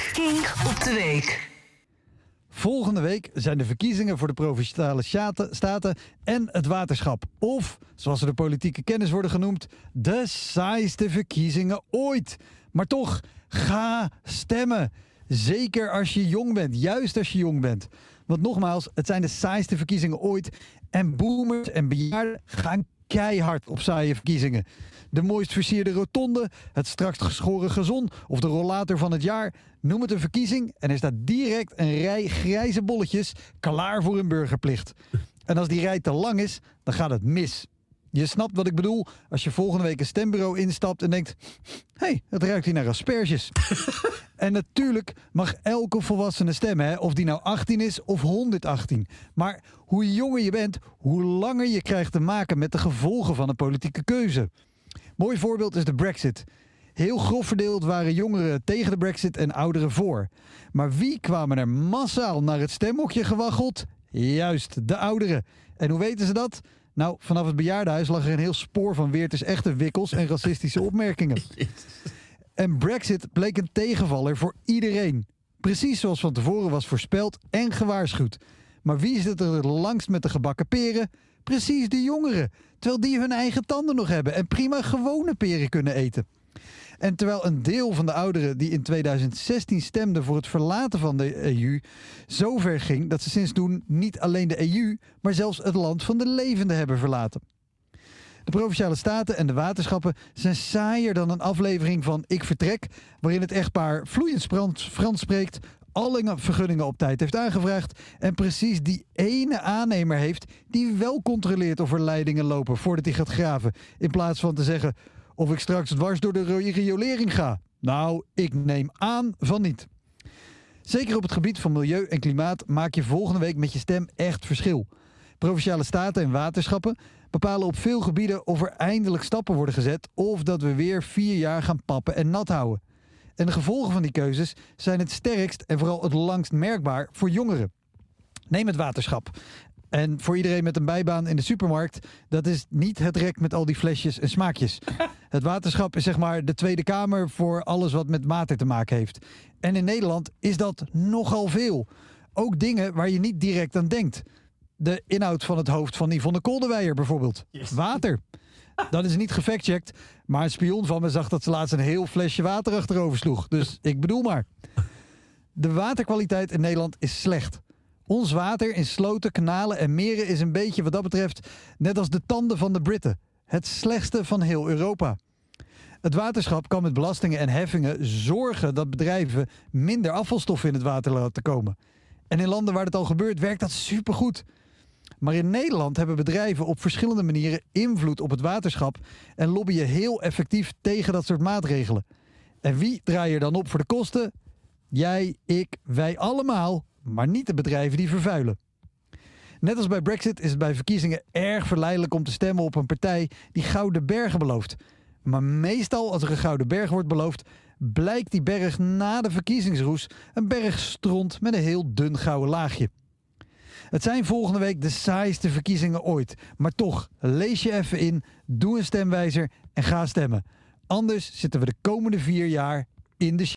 Kink op de week. Volgende week zijn de verkiezingen voor de Provinciale Staten en het waterschap. Of, zoals ze de politieke kennis worden genoemd, de saaiste verkiezingen ooit. Maar toch, ga stemmen. Zeker als je jong bent, juist als je jong bent. Want nogmaals, het zijn de saaiste verkiezingen ooit. En boomers en bejaarden gaan keihard op saaie verkiezingen. De mooist versierde rotonde, het strakst geschoren gazon of de rollator van het jaar. Noem het een verkiezing en er staat direct een rij grijze bolletjes klaar voor een burgerplicht. En als die rij te lang is, dan gaat het mis. Je snapt wat ik bedoel als je volgende week een stembureau instapt en denkt: hé, het ruikt hier naar asperges. En natuurlijk mag elke volwassene stemmen, hè? Of die nou 18 is of 118. Maar hoe jonger je bent, hoe langer je krijgt te maken met de gevolgen van een politieke keuze. Mooi voorbeeld is de Brexit. Heel grof verdeeld waren jongeren tegen de Brexit en ouderen voor. Maar wie kwamen er massaal naar het stemhokje gewaggeld? Juist, de ouderen. En hoe weten ze dat? Nou, vanaf het bejaardenhuis lag er een heel spoor van Weertes echte wikkels en racistische opmerkingen. En Brexit bleek een tegenvaller voor iedereen. Precies zoals van tevoren was voorspeld en gewaarschuwd. Maar wie zit er langst met de gebakken peren? Precies de jongeren. Terwijl die hun eigen tanden nog hebben en prima gewone peren kunnen eten. En terwijl een deel van de ouderen die in 2016 stemden voor het verlaten van de EU zo ver ging dat ze sinds toen niet alleen de EU, maar zelfs het land van de levenden hebben verlaten. De Provinciale Staten en de waterschappen zijn saaier dan een aflevering van Ik Vertrek, waarin het echtpaar vloeiend Frans spreekt, alle vergunningen op tijd heeft aangevraagd en precies die ene aannemer heeft die wel controleert of er leidingen lopen voordat hij gaat graven, in plaats van te zeggen: of ik straks dwars door de riolering ga. Nou, ik neem aan van niet. Zeker op het gebied van milieu en klimaat maak je volgende week met je stem echt verschil. Provinciale staten en waterschappen bepalen op veel gebieden of er eindelijk stappen worden gezet of dat we weer 4 jaar gaan pappen en nat houden. En de gevolgen van die keuzes zijn het sterkst en vooral het langst merkbaar voor jongeren. Neem het waterschap. En voor iedereen met een bijbaan in de supermarkt, dat is niet het rek met al die flesjes en smaakjes. Het waterschap is zeg maar de Tweede Kamer voor alles wat met water te maken heeft. En in Nederland is dat nogal veel. Ook dingen waar je niet direct aan denkt. De inhoud van het hoofd van Yvonne Kolderweijer bijvoorbeeld. Yes. Water. Dat is niet gefactcheckt, maar een spion van me zag dat ze laatst een heel flesje water achterover sloeg. Dus ik bedoel maar. De waterkwaliteit in Nederland is slecht. Ons water in sloten, kanalen en meren is een beetje wat dat betreft net als de tanden van de Britten. Het slechtste van heel Europa. Het waterschap kan met belastingen en heffingen zorgen dat bedrijven minder afvalstoffen in het water laten komen. En in landen waar het al gebeurt werkt dat supergoed. Maar in Nederland hebben bedrijven op verschillende manieren invloed op het waterschap en lobbyen heel effectief tegen dat soort maatregelen. En wie draai je dan op voor de kosten? Jij, ik, wij allemaal, maar niet de bedrijven die vervuilen. Net als bij Brexit is het bij verkiezingen erg verleidelijk om te stemmen op een partij die gouden bergen belooft. Maar meestal als er een gouden berg wordt beloofd, blijkt die berg na de verkiezingsroes een berg stront met een heel dun gouden laagje. Het zijn volgende week de saaiste verkiezingen ooit. Maar toch, lees je even in, doe een stemwijzer en ga stemmen. Anders zitten we de komende 4 jaar in de